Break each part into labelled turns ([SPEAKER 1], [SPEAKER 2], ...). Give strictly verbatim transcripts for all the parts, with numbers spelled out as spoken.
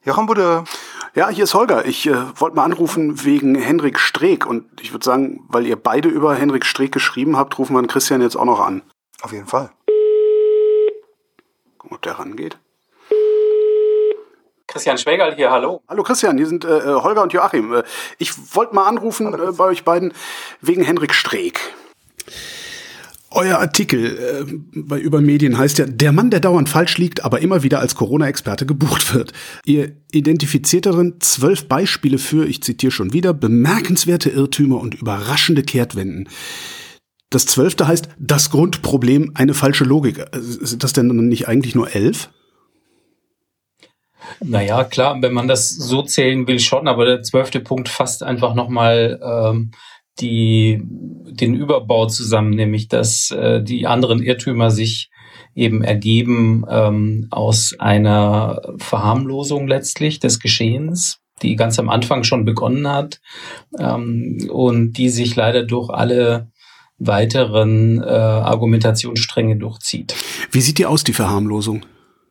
[SPEAKER 1] Jochen Budde.
[SPEAKER 2] Ja, hier ist Holger. Ich äh, wollte mal anrufen wegen Henrik Streeck. Und ich würde sagen, weil ihr beide über Henrik Streeck geschrieben habt, rufen wir den Christian jetzt auch noch an.
[SPEAKER 1] Auf jeden Fall.
[SPEAKER 2] Gucken, ob der rangeht.
[SPEAKER 3] Christian Schwägerl hier, hallo.
[SPEAKER 2] Hallo Christian, hier sind äh, Holger und Joachim. Äh, ich wollte mal anrufen äh, bei euch beiden wegen Henrik Streeck. Euer Artikel äh, bei Übermedien heißt ja, der Mann, der dauernd falsch liegt, aber immer wieder als Corona-Experte gebucht wird. Ihr identifiziert darin zwölf Beispiele für, ich zitiere schon wieder, bemerkenswerte Irrtümer und überraschende Kehrtwenden. Das zwölfte heißt, das Grundproblem, eine falsche Logik. Sind das denn nicht eigentlich nur elf?
[SPEAKER 3] Naja, klar, wenn man das so zählen will, schon, aber der zwölfte Punkt fasst einfach nochmal ähm, die, den Überbau zusammen, nämlich dass äh, die anderen Irrtümer sich eben ergeben ähm, aus einer Verharmlosung letztlich des Geschehens, die ganz am Anfang schon begonnen hat ähm, und die sich leider durch alle weiteren äh, Argumentationsstränge durchzieht.
[SPEAKER 2] Wie sieht die aus, die Verharmlosung?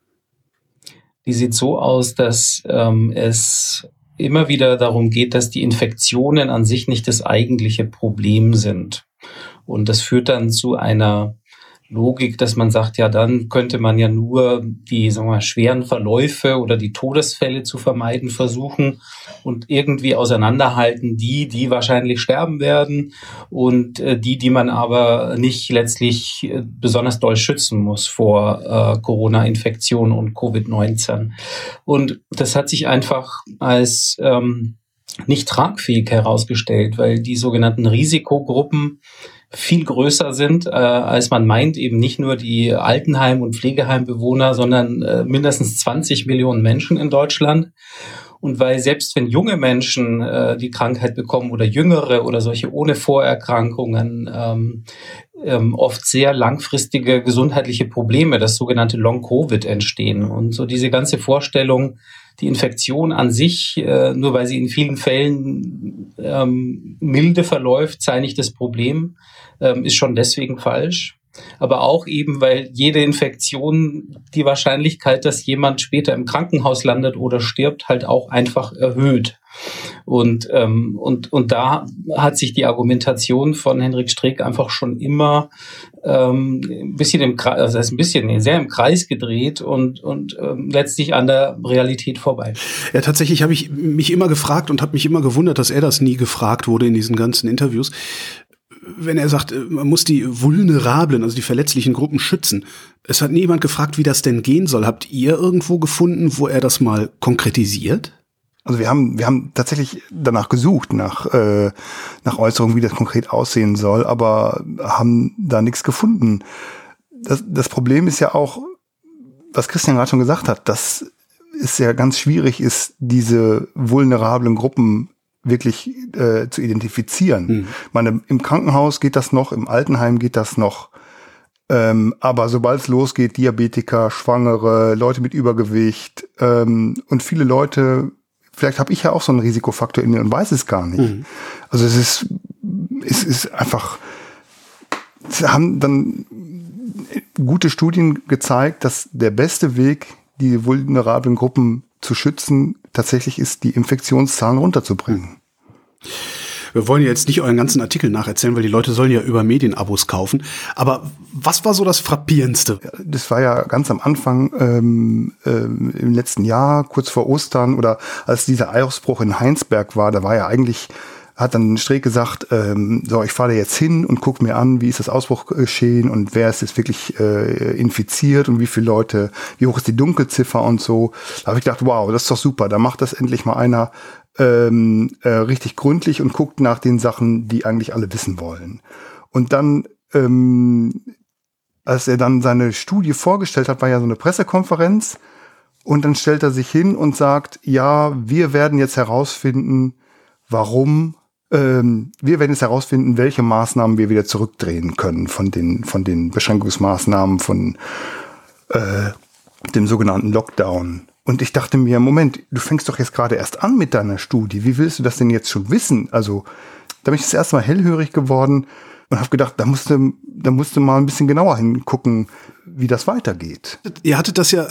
[SPEAKER 3] Die sieht so aus, dass ähm, es immer wieder darum geht, dass die Infektionen an sich nicht das eigentliche Problem sind. Und das führt dann zu einer Logik, dass man sagt, ja, dann könnte man ja nur die, sagen wir mal, schweren Verläufe oder die Todesfälle zu vermeiden versuchen und irgendwie auseinanderhalten, die, die wahrscheinlich sterben werden und äh, die, die man aber nicht letztlich äh, besonders doll schützen muss vor äh, Corona-Infektion und Covid neunzehn. Und das hat sich einfach als ähm, nicht tragfähig herausgestellt, weil die sogenannten Risikogruppen viel größer sind, äh, als man meint, eben nicht nur die Altenheim- und Pflegeheimbewohner, sondern äh, mindestens zwanzig Millionen Menschen in Deutschland. Und weil selbst wenn junge Menschen äh, die Krankheit bekommen oder jüngere oder solche ohne Vorerkrankungen, ähm, ähm, oft sehr langfristige gesundheitliche Probleme, das sogenannte Long-Covid, entstehen. Und so diese ganze Vorstellung, die Infektion an sich, äh, nur weil sie in vielen Fällen ähm, milde verläuft, sei nicht das Problem, ähm, ist schon deswegen falsch. Aber auch eben, weil jede Infektion die Wahrscheinlichkeit, dass jemand später im Krankenhaus landet oder stirbt, halt auch einfach erhöht. Und ähm, und und da hat sich die Argumentation von Henrik Streeck einfach schon immer ähm, ein bisschen im Kreis, also das heißt ein bisschen, nee, sehr im Kreis gedreht und und ähm, letztlich an der Realität vorbei.
[SPEAKER 2] Ja, tatsächlich habe ich mich immer gefragt und habe mich immer gewundert, dass er das nie gefragt wurde in diesen ganzen Interviews. Wenn er sagt, man muss die vulnerablen, also die verletzlichen Gruppen schützen. Es hat niemand gefragt, wie das denn gehen soll. Habt ihr irgendwo gefunden, wo er das mal konkretisiert?
[SPEAKER 1] Also wir haben wir haben tatsächlich danach gesucht, nach äh, nach Äußerungen, wie das konkret aussehen soll, aber haben da nichts gefunden. Das, das Problem ist ja auch, was Christian gerade schon gesagt hat, dass es ja ganz schwierig ist, diese vulnerablen Gruppen wirklich äh, zu identifizieren. Hm. Ich meine, im Krankenhaus geht das noch, im Altenheim geht das noch. Ähm, aber sobald es losgeht, Diabetiker, Schwangere, Leute mit Übergewicht ähm, und viele Leute, vielleicht habe ich ja auch so einen Risikofaktor in mir und weiß es gar nicht. Hm. Also es ist, es ist einfach, es haben dann gute Studien gezeigt, dass der beste Weg, die vulnerablen Gruppen zu schützen, tatsächlich ist, die Infektionszahlen runterzubringen.
[SPEAKER 2] Wir wollen jetzt nicht euren ganzen Artikel nacherzählen, weil die Leute sollen ja über Medienabos kaufen. Aber was war so das Frappierendste?
[SPEAKER 1] Das war ja ganz am Anfang ähm, ähm, im letzten Jahr, kurz vor Ostern oder als dieser Ausbruch in Heinsberg war, da war ja eigentlich, hat dann Streeck gesagt, ähm, so, ich fahre da jetzt hin und gucke mir an, wie ist das Ausbruchgeschehen und wer ist jetzt wirklich äh, infiziert und wie viele Leute, wie hoch ist die Dunkelziffer und so. Da habe ich gedacht, wow, das ist doch super, da macht das endlich mal einer ähm, äh, richtig gründlich und guckt nach den Sachen, die eigentlich alle wissen wollen. Und dann, ähm, als er dann seine Studie vorgestellt hat, war ja so eine Pressekonferenz und dann stellt er sich hin und sagt, ja, wir werden jetzt herausfinden, warum Ähm, wir werden jetzt herausfinden, welche Maßnahmen wir wieder zurückdrehen können von den, von den Beschränkungsmaßnahmen, von äh, dem sogenannten Lockdown. Und ich dachte mir, Moment, du fängst doch jetzt gerade erst an mit deiner Studie. Wie willst du das denn jetzt schon wissen? Also, da bin ich das erste Mal hellhörig geworden und habe gedacht, da musst du, da musst du mal ein bisschen genauer hingucken, wie das weitergeht.
[SPEAKER 2] Ihr hattet das ja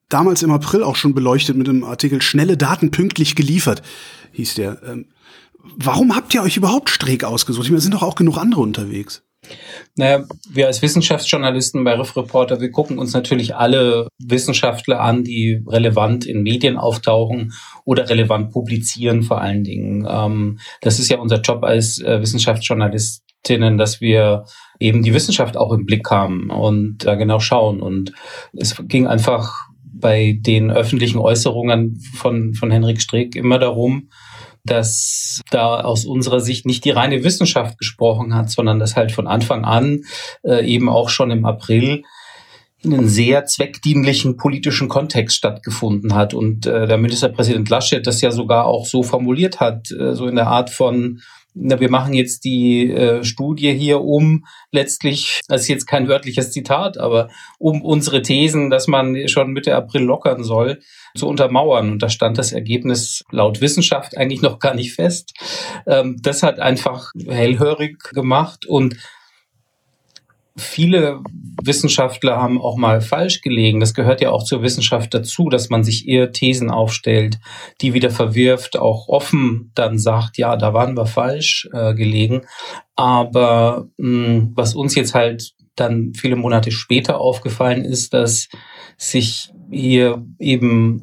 [SPEAKER 2] damals im April auch schon beleuchtet mit einem Artikel Schnelle Daten pünktlich geliefert, hieß der. Ähm, warum habt ihr euch überhaupt Streeck ausgesucht? Ich meine, es sind doch auch genug andere unterwegs.
[SPEAKER 3] Naja, wir als Wissenschaftsjournalisten bei Riff Reporter, wir gucken uns natürlich alle Wissenschaftler an, die relevant in Medien auftauchen oder relevant publizieren vor allen Dingen. Ähm, das ist ja unser Job als äh, Wissenschaftsjournalistinnen, dass wir eben die Wissenschaft auch im Blick haben und da genau schauen. Und es ging einfach bei den öffentlichen Äußerungen von, von Henrik Streeck immer darum, dass da aus unserer Sicht nicht die reine Wissenschaft gesprochen hat, sondern dass halt von Anfang an äh, eben auch schon im April in einem sehr zweckdienlichen politischen Kontext stattgefunden hat. Und äh, der Ministerpräsident Laschet das ja sogar auch so formuliert hat, äh, so in der Art von, na, wir machen jetzt die äh, Studie hier um, letztlich, das ist jetzt kein wörtliches Zitat, aber um unsere Thesen, dass man schon Mitte April lockern soll, zu untermauern. Und da stand das Ergebnis laut Wissenschaft eigentlich noch gar nicht fest. Ähm, das hat einfach hellhörig gemacht und viele Wissenschaftler haben auch mal falsch gelegen. Das gehört ja auch zur Wissenschaft dazu, dass man sich eher Thesen aufstellt, die wieder verwirft, auch offen dann sagt, ja, da waren wir falsch äh, gelegen. Aber mh, was uns jetzt halt dann viele Monate später aufgefallen ist, dass sich hier eben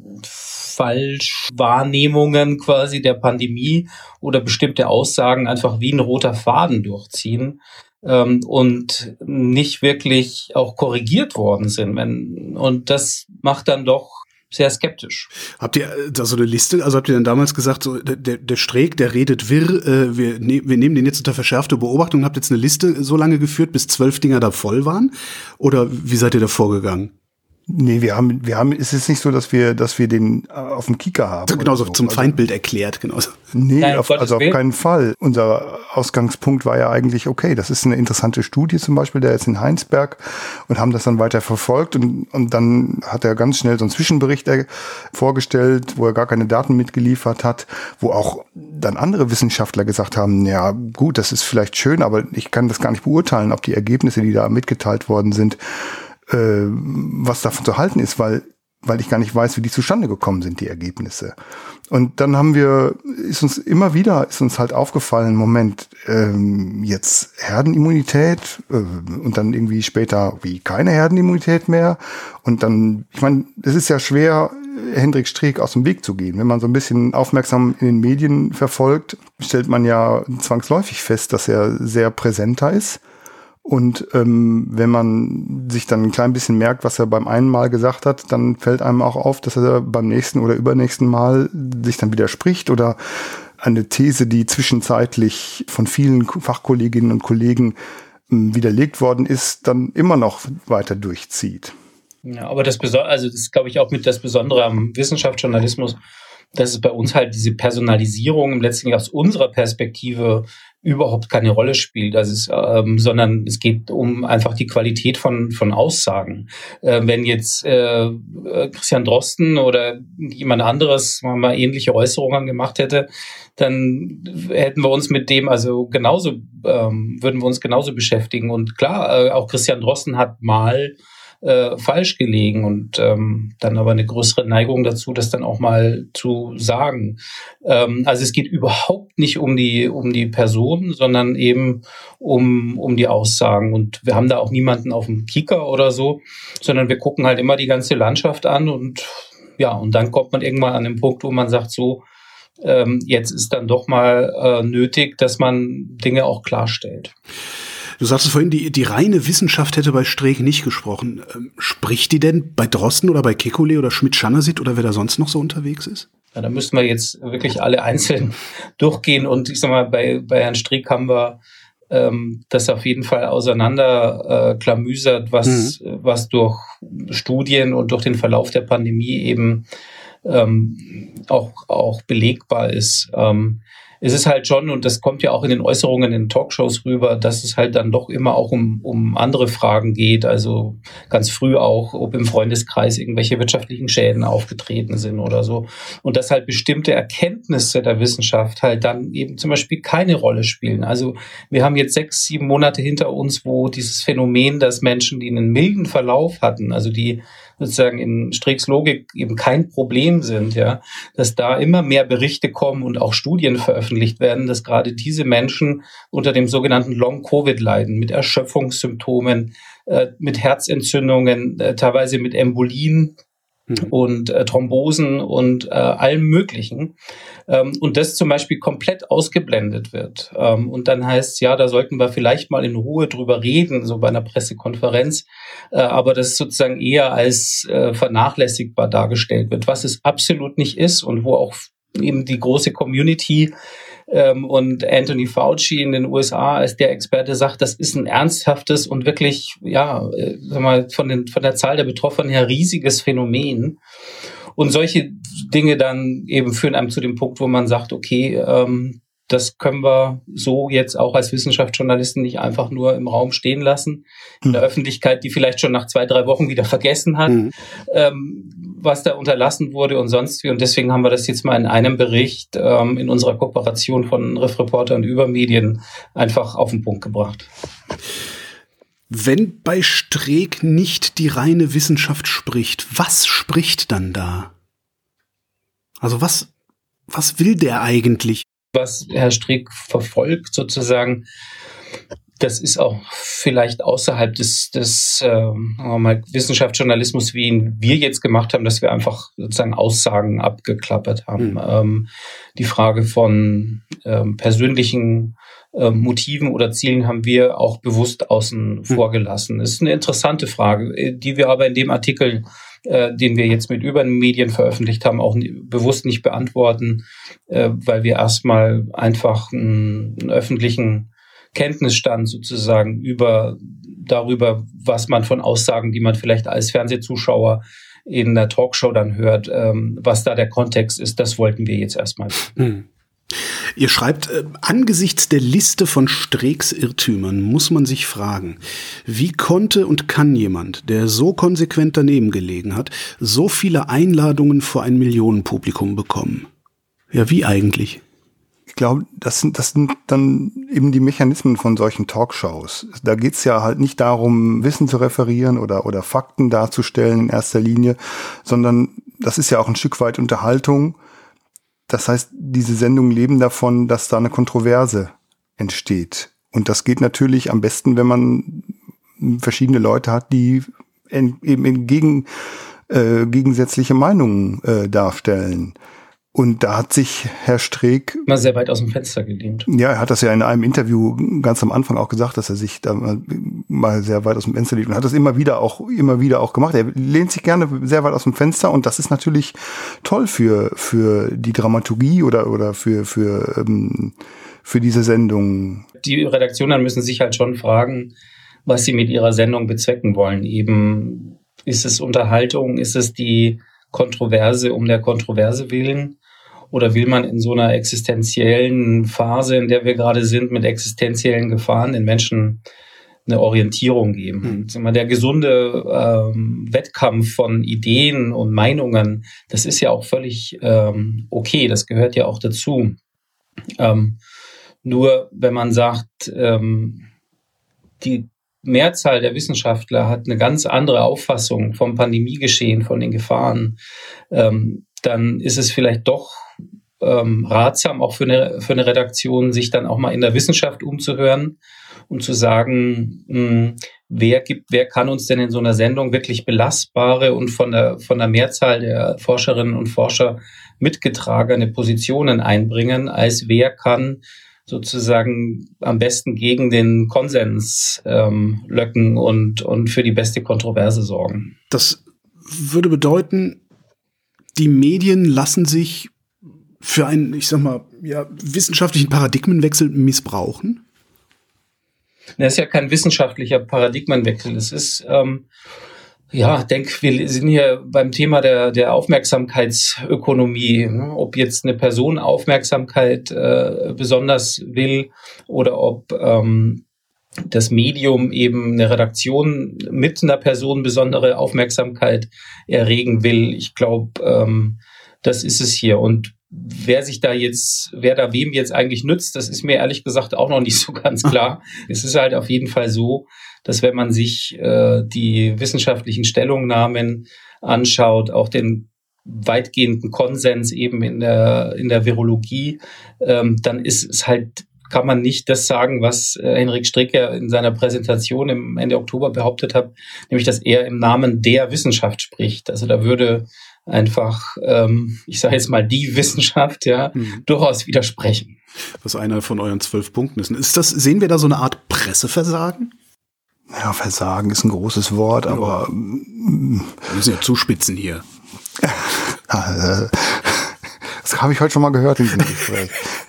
[SPEAKER 3] Falschwahrnehmungen quasi der Pandemie oder bestimmte Aussagen einfach wie ein roter Faden durchziehen ähm, und nicht wirklich auch korrigiert worden sind. Wenn, und das macht dann doch sehr skeptisch.
[SPEAKER 2] Habt ihr da so eine Liste, also habt ihr dann damals gesagt, so der, der Streeck, der redet wirr, äh, wir, ne, wir nehmen den jetzt unter verschärfte Beobachtung, habt jetzt eine Liste so lange geführt, bis zwölf Dinger da voll waren? Oder wie seid ihr da vorgegangen?
[SPEAKER 1] Nee, wir haben, wir haben, es ist nicht so, dass wir, dass wir den auf dem Kieker haben.
[SPEAKER 2] Genauso
[SPEAKER 1] so.
[SPEAKER 2] zum
[SPEAKER 1] also,
[SPEAKER 2] Feindbild erklärt, genauso.
[SPEAKER 1] Nee,
[SPEAKER 3] Nein,
[SPEAKER 1] auf, also auf keinen Fall. Unser Ausgangspunkt war ja eigentlich, okay, das ist eine interessante Studie zum Beispiel, der jetzt in Heinsberg und haben das dann weiter verfolgt und, und dann hat er ganz schnell so einen Zwischenbericht vorgestellt, wo er gar keine Daten mitgeliefert hat, wo auch dann andere Wissenschaftler gesagt haben, ja gut, das ist vielleicht schön, aber ich kann das gar nicht beurteilen, ob die Ergebnisse, die da mitgeteilt worden sind, was davon zu halten ist, weil weil ich gar nicht weiß, wie die zustande gekommen sind, die Ergebnisse. Und dann haben wir, ist uns immer wieder, ist uns halt aufgefallen, Moment, ähm, jetzt Herdenimmunität äh, und dann irgendwie später wie keine Herdenimmunität mehr. Und dann, ich meine, es ist ja schwer, Hendrik Streeck aus dem Weg zu gehen. Wenn man so ein bisschen aufmerksam in den Medien verfolgt, stellt man ja zwangsläufig fest, dass er sehr präsenter ist. Und ähm, wenn man sich dann ein klein bisschen merkt, was er beim einen Mal gesagt hat, dann fällt einem auch auf, dass er beim nächsten oder übernächsten Mal sich dann widerspricht oder eine These, die zwischenzeitlich von vielen Fachkolleginnen und Kollegen ähm, widerlegt worden ist, dann immer noch weiter durchzieht.
[SPEAKER 3] Ja, aber das Besondere, also das ist, glaube ich, auch mit das Besondere am Wissenschaftsjournalismus, dass es bei uns halt diese Personalisierung letztendlich aus unserer Perspektive überhaupt keine Rolle spielt, also es, ähm, sondern es geht um einfach die Qualität von von Aussagen. Äh, wenn jetzt äh, Christian Drosten oder jemand anderes mal ähnliche Äußerungen gemacht hätte, dann hätten wir uns mit dem also genauso ähm, würden wir uns genauso beschäftigen. Und klar, äh, auch Christian Drosten hat mal Äh, falsch gelegen und ähm, dann aber eine größere Neigung dazu, das dann auch mal zu sagen. Ähm, also es geht überhaupt nicht um die um die Person, sondern eben um um die Aussagen. Und wir haben da auch niemanden auf dem Kieker oder so, sondern wir gucken halt immer die ganze Landschaft an und ja, und dann kommt man irgendwann an den Punkt, wo man sagt, so ähm, jetzt ist dann doch mal äh, nötig, dass man Dinge auch klarstellt.
[SPEAKER 2] Du sagtest vorhin, die, die reine Wissenschaft hätte bei Streeck nicht gesprochen. Ähm, spricht die denn bei Drosten oder bei Kekulé oder Schmidt-Schanasit oder wer da sonst noch so unterwegs ist?
[SPEAKER 3] Ja, da müssten wir jetzt wirklich alle einzeln durchgehen. Und ich sag mal, bei, bei Herrn Streeck haben wir ähm, das auf jeden Fall auseinander äh, klamüsert, was, mhm. was durch Studien und durch den Verlauf der Pandemie eben ähm, auch, auch belegbar ist. Ähm, Es ist halt schon, und das kommt ja auch in den Äußerungen in den Talkshows rüber, dass es halt dann doch immer auch um, um andere Fragen geht. Also ganz früh auch, ob im Freundeskreis irgendwelche wirtschaftlichen Schäden aufgetreten sind oder so. Und dass halt bestimmte Erkenntnisse der Wissenschaft halt dann eben zum Beispiel keine Rolle spielen. Also wir haben jetzt sechs, sieben Monate hinter uns, wo dieses Phänomen, dass Menschen, die einen milden Verlauf hatten, also die sozusagen in Streecks Logik eben kein Problem sind, ja, dass da immer mehr Berichte kommen und auch Studien veröffentlicht werden, dass gerade diese Menschen unter dem sogenannten Long-Covid leiden, mit Erschöpfungssymptomen, äh, mit Herzentzündungen, äh, teilweise mit Embolien und äh, Thrombosen und äh, allem Möglichen. Ähm, und das zum Beispiel komplett ausgeblendet wird. Ähm, und dann heißt es, ja, da sollten wir vielleicht mal in Ruhe drüber reden, so bei einer Pressekonferenz. Äh, aber das sozusagen eher als äh, vernachlässigbar dargestellt wird, was es absolut nicht ist und wo auch eben die große Community ähm, und Anthony Fauci in den U S A als der Experte sagt, das ist ein ernsthaftes und wirklich, ja, äh, sag mal, von den, von der Zahl der Betroffenen her riesiges Phänomen. Und solche Dinge dann eben führen einem zu dem Punkt, wo man sagt, okay, ähm, das können wir so jetzt auch als Wissenschaftsjournalisten nicht einfach nur im Raum stehen lassen. In der Öffentlichkeit, die vielleicht schon nach zwei, drei Wochen wieder vergessen hat, mhm. ähm, was da unterlassen wurde und sonst wie. Und deswegen haben wir das jetzt mal in einem Bericht ähm, in unserer Kooperation von Riff Reporter und Übermedien einfach auf den Punkt gebracht.
[SPEAKER 2] Wenn bei Streeck nicht die reine Wissenschaft spricht, was spricht dann da? Also was, was will der eigentlich?
[SPEAKER 3] Was Herr Streeck verfolgt sozusagen, das ist auch vielleicht außerhalb des, des äh, mal Wissenschaftsjournalismus, wie ihn wir jetzt gemacht haben, dass wir einfach sozusagen Aussagen abgeklappert haben. Mhm. Ähm, die Frage von ähm, persönlichen äh, Motiven oder Zielen haben wir auch bewusst außen mhm. vor gelassen. Das ist eine interessante Frage, die wir aber in dem Artikel, äh, den wir jetzt mit Übermedien veröffentlicht haben, auch nie, bewusst nicht beantworten, äh, weil wir erstmal einfach einen, einen öffentlichen Kenntnisstand sozusagen über darüber, was man von Aussagen, die man vielleicht als Fernsehzuschauer in einer Talkshow dann hört, ähm, was da der Kontext ist, das wollten wir jetzt erstmal.
[SPEAKER 2] Hm. Ihr schreibt, äh, angesichts der Liste von Streecks Irrtümern muss man sich fragen, wie konnte und kann jemand, der so konsequent daneben gelegen hat, so viele Einladungen vor ein Millionenpublikum bekommen? Ja, wie eigentlich?
[SPEAKER 1] Ich glaube, das sind, das sind dann eben die Mechanismen von solchen Talkshows. Da geht's ja halt nicht darum, Wissen zu referieren oder, oder Fakten darzustellen in erster Linie, sondern das ist ja auch ein Stück weit Unterhaltung. Das heißt, diese Sendungen leben davon, dass da eine Kontroverse entsteht. Und das geht natürlich am besten, wenn man verschiedene Leute hat, die in, eben in gegen, äh, gegensätzliche Meinungen äh, darstellen. Und da hat sich Herr Streeck
[SPEAKER 3] mal sehr weit aus dem Fenster gelehnt.
[SPEAKER 1] Ja, er hat das ja in einem Interview ganz am Anfang auch gesagt, dass er sich da mal sehr weit aus dem Fenster lehnt und hat das immer wieder auch immer wieder auch gemacht. Er lehnt sich gerne sehr weit aus dem Fenster und das ist natürlich toll für für die Dramaturgie oder oder für für ähm, für diese Sendung.
[SPEAKER 3] Die Redaktionen müssen sich halt schon fragen, was sie mit ihrer Sendung bezwecken wollen. Eben ist es Unterhaltung, ist es die Kontroverse um der Kontroverse willen? Oder will man in so einer existenziellen Phase, in der wir gerade sind, mit existenziellen Gefahren den Menschen eine Orientierung geben? Mhm. Der gesunde ähm, Wettkampf von Ideen und Meinungen, das ist ja auch völlig ähm, okay, das gehört ja auch dazu. Ähm, nur wenn man sagt, ähm, die Mehrzahl der Wissenschaftler hat eine ganz andere Auffassung vom Pandemiegeschehen, von den Gefahren, ähm, dann ist es vielleicht doch ähm, ratsam, auch für eine, für eine Redaktion, sich dann auch mal in der Wissenschaft umzuhören und zu sagen, mh, wer gibt, wer kann uns denn in so einer Sendung wirklich belastbare und von der, von der Mehrzahl der Forscherinnen und Forscher mitgetragene Positionen einbringen, als wer kann sozusagen am besten gegen den Konsens ähm, löcken und, und für die beste Kontroverse sorgen.
[SPEAKER 2] Das würde bedeuten, die Medien lassen sich für einen, ich sag mal, ja, wissenschaftlichen Paradigmenwechsel missbrauchen?
[SPEAKER 3] Das ist ja kein wissenschaftlicher Paradigmenwechsel. Es ist, ähm, ja, ich denke, wir sind hier beim Thema der, der Aufmerksamkeitsökonomie. Ob jetzt eine Person Aufmerksamkeit äh, besonders will oder ob ähm, das Medium eben eine Redaktion mit einer Person besondere Aufmerksamkeit erregen will. Ich glaube, ähm, das ist es hier. Und wer sich da jetzt, wer da wem jetzt eigentlich nützt, das ist mir ehrlich gesagt auch noch nicht so ganz klar. Es ist halt auf jeden Fall so, dass wenn man sich äh, die wissenschaftlichen Stellungnahmen anschaut, auch den weitgehenden Konsens eben in der in der Virologie, ähm, dann ist es halt, kann man nicht das sagen, was äh, Henrik Strick ja in seiner Präsentation im Ende Oktober behauptet hat, nämlich, dass er im Namen der Wissenschaft spricht. Also da würde einfach, ähm, ich sage jetzt mal, die Wissenschaft ja mhm. durchaus widersprechen.
[SPEAKER 2] Was einer von euren zwölf Punkten ist. Ist das, sehen wir da so eine Art Presseversagen?
[SPEAKER 1] Ja, Versagen ist ein großes Wort, ja, aber
[SPEAKER 2] wir müssen ja zuspitzen hier.
[SPEAKER 1] Das habe ich heute schon mal gehört in diesem Gespräch.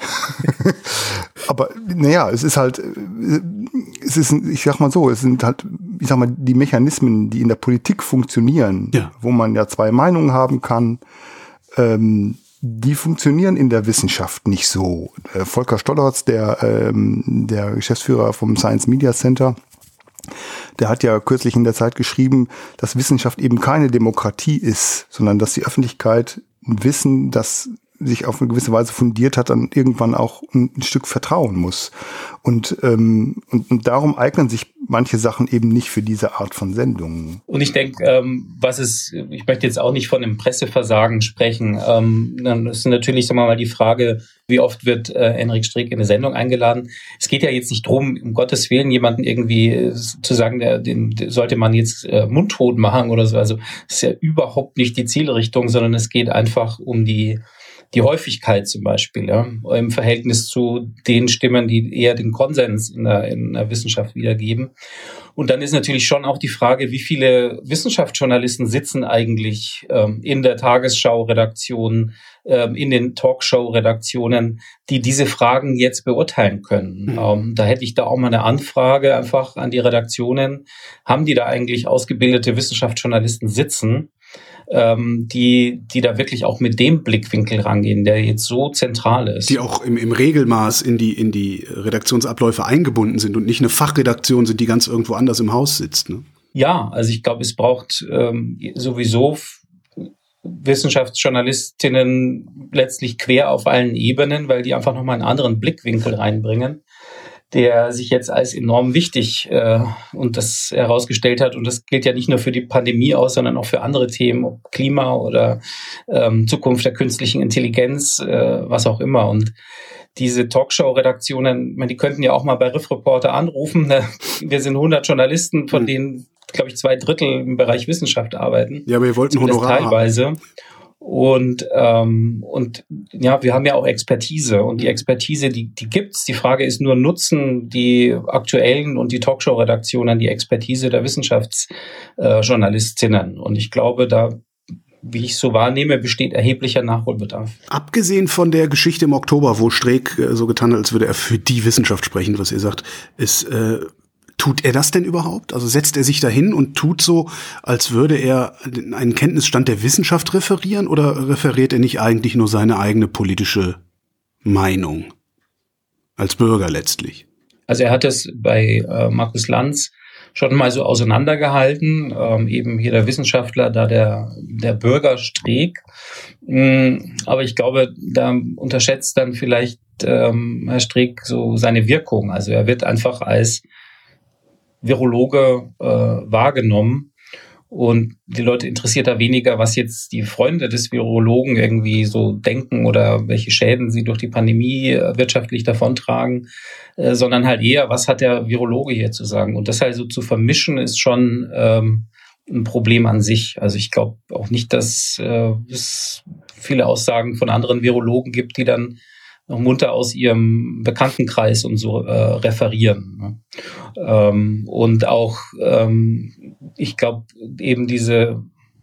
[SPEAKER 1] Aber naja, es ist halt, es ist, ich sag mal so, es sind halt, ich sag mal, die Mechanismen, die in der Politik funktionieren, ja. wo man ja zwei Meinungen haben kann, ähm, die funktionieren in der Wissenschaft nicht so. Äh, Volker Stollertz, der, ähm, der Geschäftsführer vom Science Media Center, der hat ja kürzlich in der Zeit geschrieben, dass Wissenschaft eben keine Demokratie ist, sondern dass die Öffentlichkeit ein Wissen, das sich auf eine gewisse Weise fundiert hat, dann irgendwann auch ein, ein Stück vertrauen muss. Und, ähm, und, und darum eignen sich manche Sachen eben nicht für diese Art von Sendungen.
[SPEAKER 3] Und ich denke, ähm, was ist, ich möchte jetzt auch nicht von einem Presseversagen sprechen. Ähm, dann ist natürlich, sagen wir mal, die Frage, wie oft wird äh, Henrik Strick in eine Sendung eingeladen? Es geht ja jetzt nicht drum, um Gottes Willen, jemanden irgendwie äh, zu sagen, der, den, der sollte man jetzt äh, mundtot machen oder so. Also das ist ja überhaupt nicht die Zielrichtung, sondern es geht einfach um die Die Häufigkeit zum Beispiel, ja, im Verhältnis zu den Stimmen, die eher den Konsens in der, in der Wissenschaft wiedergeben. Und dann ist natürlich schon auch die Frage, wie viele Wissenschaftsjournalisten sitzen eigentlich ähm, in der Tagesschau-Redaktion, ähm, in den Talkshow-Redaktionen, die diese Fragen jetzt beurteilen können. Mhm. Ähm, da hätte ich da auch mal eine Anfrage einfach an die Redaktionen. Haben die da eigentlich ausgebildete Wissenschaftsjournalisten sitzen, Ähm, die die da wirklich auch mit dem Blickwinkel rangehen, der jetzt so zentral ist.
[SPEAKER 2] Die auch im, im Regelmaß in die in die Redaktionsabläufe eingebunden sind und nicht eine Fachredaktion sind, die ganz irgendwo anders im Haus sitzt. Ne?
[SPEAKER 3] Ja, also ich glaube, es braucht ähm, sowieso Wissenschaftsjournalistinnen letztlich quer auf allen Ebenen, weil die einfach nochmal einen anderen Blickwinkel reinbringen, der sich jetzt als enorm wichtig äh, und das herausgestellt hat. Und das gilt ja nicht nur für die Pandemie aus, sondern auch für andere Themen, ob Klima oder ähm, Zukunft der künstlichen Intelligenz, äh, was auch immer. Und diese Talkshow-Redaktionen, die könnten ja auch mal bei Riff Reporter anrufen. Wir sind hundert Journalisten, von denen, glaube ich, zwei Drittel im Bereich Wissenschaft arbeiten.
[SPEAKER 2] Ja, aber wir wollten Honorar
[SPEAKER 3] teilweise. Haben. Und ähm, und ja, wir haben ja auch Expertise und die Expertise, die die gibt's. Die Frage ist nur, nutzen die aktuellen und die Talkshow-Redaktionen die Expertise der Wissenschaftsjournalistinnen? Äh, und ich glaube, da, wie ich so wahrnehme, besteht erheblicher Nachholbedarf.
[SPEAKER 2] Abgesehen von der Geschichte im Oktober, wo Streeck äh, so getan hat, als würde er für die Wissenschaft sprechen, was ihr sagt, ist äh, tut er das denn überhaupt? Also setzt er sich dahin und tut so, als würde er einen Kenntnisstand der Wissenschaft referieren, oder referiert er nicht eigentlich nur seine eigene politische Meinung? Als Bürger letztlich.
[SPEAKER 3] Also er hat es bei äh, Markus Lanz schon mal so auseinandergehalten, ähm, eben hier der Wissenschaftler, da der, der Bürger Streeck. Mm, aber ich glaube, da unterschätzt dann vielleicht ähm, Herr Streeck so seine Wirkung. Also er wird einfach als Virologe äh, wahrgenommen und die Leute interessiert da weniger, was jetzt die Freunde des Virologen irgendwie so denken oder welche Schäden sie durch die Pandemie äh, wirtschaftlich davontragen, äh, sondern halt eher, was hat der Virologe hier zu sagen. Und das halt so zu vermischen, ist schon ähm, ein Problem an sich. Also ich glaube auch nicht, dass äh, es viele Aussagen von anderen Virologen gibt, die dann noch munter aus ihrem Bekanntenkreis und so äh, referieren. Ne? Ähm, und auch, ähm, ich glaube, eben diese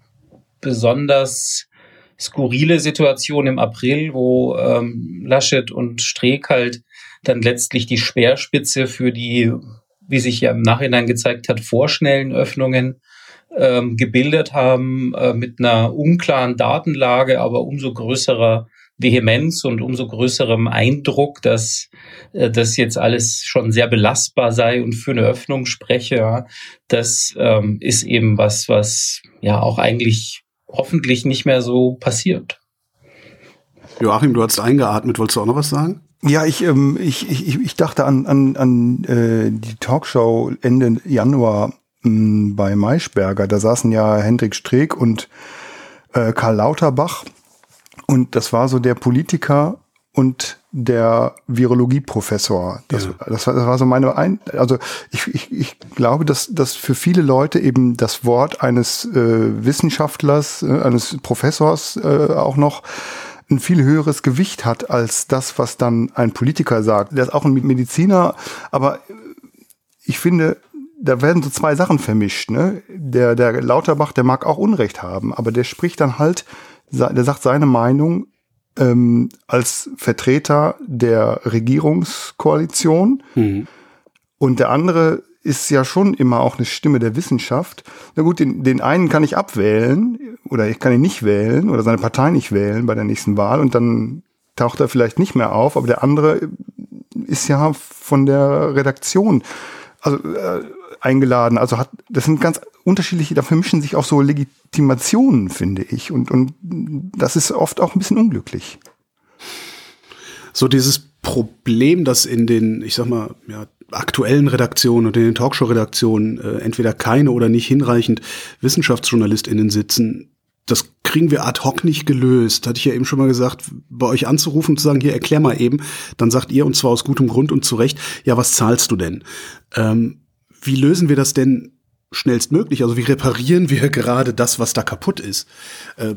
[SPEAKER 3] besonders skurrile Situation im April, wo ähm, Laschet und Streeck halt dann letztlich die Speerspitze für die, wie sich ja im Nachhinein gezeigt hat, vorschnellen Öffnungen ähm, gebildet haben, äh, mit einer unklaren Datenlage, aber umso größerer Vehemenz und umso größerem Eindruck, dass äh, das jetzt alles schon sehr belastbar sei und für eine Öffnung spreche. Ja. Das ähm, ist eben was, was ja auch eigentlich hoffentlich nicht mehr so passiert.
[SPEAKER 2] Joachim, du hast eingeatmet. Wolltest du auch noch was sagen?
[SPEAKER 1] Ja, ich, ähm, ich, ich, ich dachte an, an, an äh, die Talkshow Ende Januar mh, bei Maischberger. Da saßen ja Hendrik Streeck und äh, Karl Lauterbach. Und das war so der Politiker und der Virologieprofessor. Das, ja. das, war, das war so meine Ein... Also ich, ich, ich glaube, dass, dass für viele Leute eben das Wort eines äh, Wissenschaftlers, äh, eines Professors äh, auch noch ein viel höheres Gewicht hat als das, was dann ein Politiker sagt. Der ist auch ein Mediziner, aber ich finde, da werden so zwei Sachen vermischt. Ne? Der, der Lauterbach, der mag auch Unrecht haben, aber der spricht dann halt, der sagt seine Meinung ähm, als Vertreter der Regierungskoalition. Mhm. Und der andere ist ja schon immer auch eine Stimme der Wissenschaft. Na gut, den, den einen kann ich abwählen oder ich kann ihn nicht wählen oder seine Partei nicht wählen bei der nächsten Wahl und dann taucht er vielleicht nicht mehr auf, aber der andere ist ja von der Redaktion also äh, eingeladen. Also hat, das sind ganz unterschiedliche, da vermischen sich auch so Legitimationen, finde ich. Und, und das ist oft auch ein bisschen unglücklich.
[SPEAKER 2] So dieses Problem, dass in den, ich sag mal, ja, aktuellen Redaktionen und in den Talkshow-Redaktionen äh, entweder keine oder nicht hinreichend WissenschaftsjournalistInnen sitzen, das kriegen wir ad hoc nicht gelöst. Hatte ich ja eben schon mal gesagt, bei euch anzurufen und zu sagen, hier, erklär mal eben. Dann sagt ihr, und zwar aus gutem Grund und zu Recht, ja, was zahlst du denn? Ähm, wie lösen wir das denn schnellstmöglich? Also wie reparieren wir gerade das, was da kaputt ist? Äh,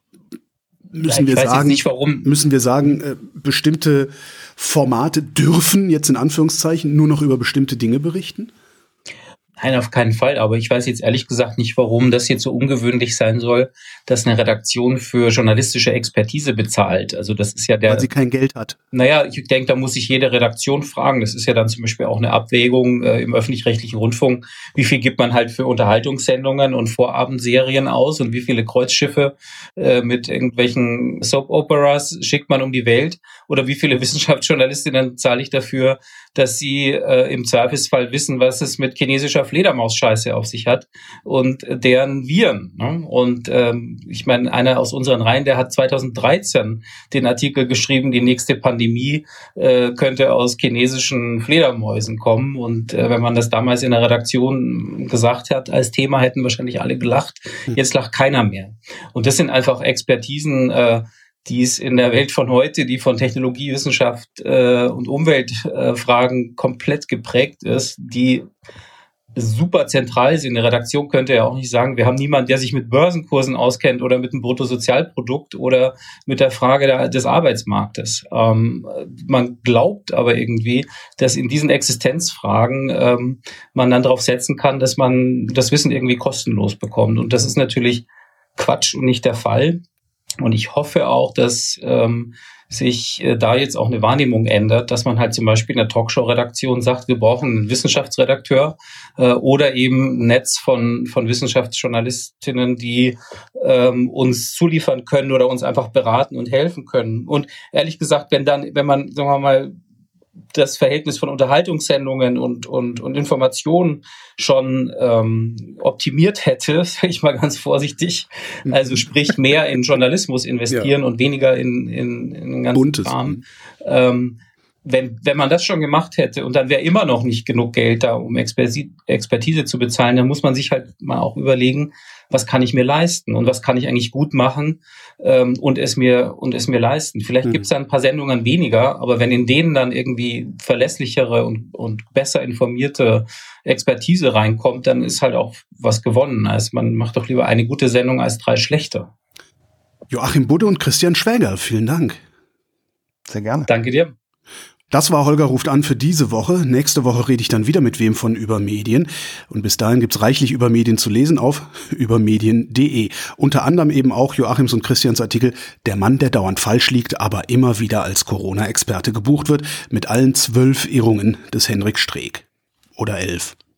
[SPEAKER 2] müssen
[SPEAKER 3] ja,
[SPEAKER 2] wir sagen,
[SPEAKER 3] nicht, warum.
[SPEAKER 2] müssen wir sagen, äh, bestimmte Formate dürfen jetzt in Anführungszeichen nur noch über bestimmte Dinge berichten?
[SPEAKER 3] Nein, auf keinen Fall. Aber ich weiß jetzt ehrlich gesagt nicht, warum das jetzt so ungewöhnlich sein soll, dass eine Redaktion für journalistische Expertise bezahlt. Also das ist ja der...
[SPEAKER 2] Weil sie kein Geld hat.
[SPEAKER 3] Naja, ich denke, da muss sich jede Redaktion fragen. Das ist ja dann zum Beispiel auch eine Abwägung äh, im öffentlich-rechtlichen Rundfunk. Wie viel gibt man halt für Unterhaltungssendungen und Vorabendserien aus und wie viele Kreuzschiffe äh, mit irgendwelchen Soap-Operas schickt man um die Welt? Oder wie viele Wissenschaftsjournalistinnen zahle ich dafür, dass sie äh, im Zweifelsfall wissen, was es mit chinesischer Fledermaus-Scheiße auf sich hat und deren Viren. Ne? Und ähm, ich meine, einer aus unseren Reihen, der hat zweitausenddreizehn den Artikel geschrieben, die nächste Pandemie äh, könnte aus chinesischen Fledermäusen kommen. Und äh, wenn man das damals in der Redaktion gesagt hat, als Thema hätten wahrscheinlich alle gelacht. Jetzt lacht keiner mehr. Und das sind einfach Expertisen, äh, die es in der Welt von heute, die von Technologie, Wissenschaft äh, und Umweltfragen äh, komplett geprägt ist, die super zentral sind. Eine Redaktion könnte ja auch nicht sagen, wir haben niemanden, der sich mit Börsenkursen auskennt oder mit dem Bruttosozialprodukt oder mit der Frage der, des Arbeitsmarktes. Ähm, man glaubt aber irgendwie, dass in diesen Existenzfragen ähm, man dann darauf setzen kann, dass man das Wissen irgendwie kostenlos bekommt. Und das ist natürlich Quatsch und nicht der Fall. Und ich hoffe auch, dass ähm, sich äh, da jetzt auch eine Wahrnehmung ändert, dass man halt zum Beispiel in der Talkshow-Redaktion sagt, wir brauchen einen Wissenschaftsredakteur äh, oder eben ein Netz von von Wissenschaftsjournalistinnen, die ähm, uns zuliefern können oder uns einfach beraten und helfen können. Und ehrlich gesagt, wenn dann, wenn man, sagen wir mal, das Verhältnis von Unterhaltungssendungen und und und Informationen schon ähm, optimiert hätte, sage ich mal ganz vorsichtig, also sprich mehr in Journalismus investieren ja. und weniger in in, in den ganzen Kram. Ähm, wenn wenn man das schon gemacht hätte und dann wäre immer noch nicht genug Geld da, um Expertise, Expertise zu bezahlen, dann muss man sich halt mal auch überlegen, was kann ich mir leisten und was kann ich eigentlich gut machen ähm, und es mir und es mir leisten. Vielleicht mhm. gibt es da ein paar Sendungen weniger, aber wenn in denen dann irgendwie verlässlichere und, und besser informierte Expertise reinkommt, dann ist halt auch was gewonnen. Also man macht doch lieber eine gute Sendung als drei schlechte.
[SPEAKER 2] Joachim Budde und Christian Schwäger, vielen Dank.
[SPEAKER 1] Sehr gerne.
[SPEAKER 3] Danke dir.
[SPEAKER 2] Das war Holger ruft an für diese Woche. Nächste Woche rede ich dann wieder mit wem von Übermedien. Und bis dahin gibt's reichlich Übermedien zu lesen auf übermedien punkt de. Unter anderem eben auch Joachims und Christians Artikel Der Mann, der dauernd falsch liegt, aber immer wieder als Corona-Experte gebucht wird, mit allen zwölf Irrungen des Hendrik Streeck. Oder elf.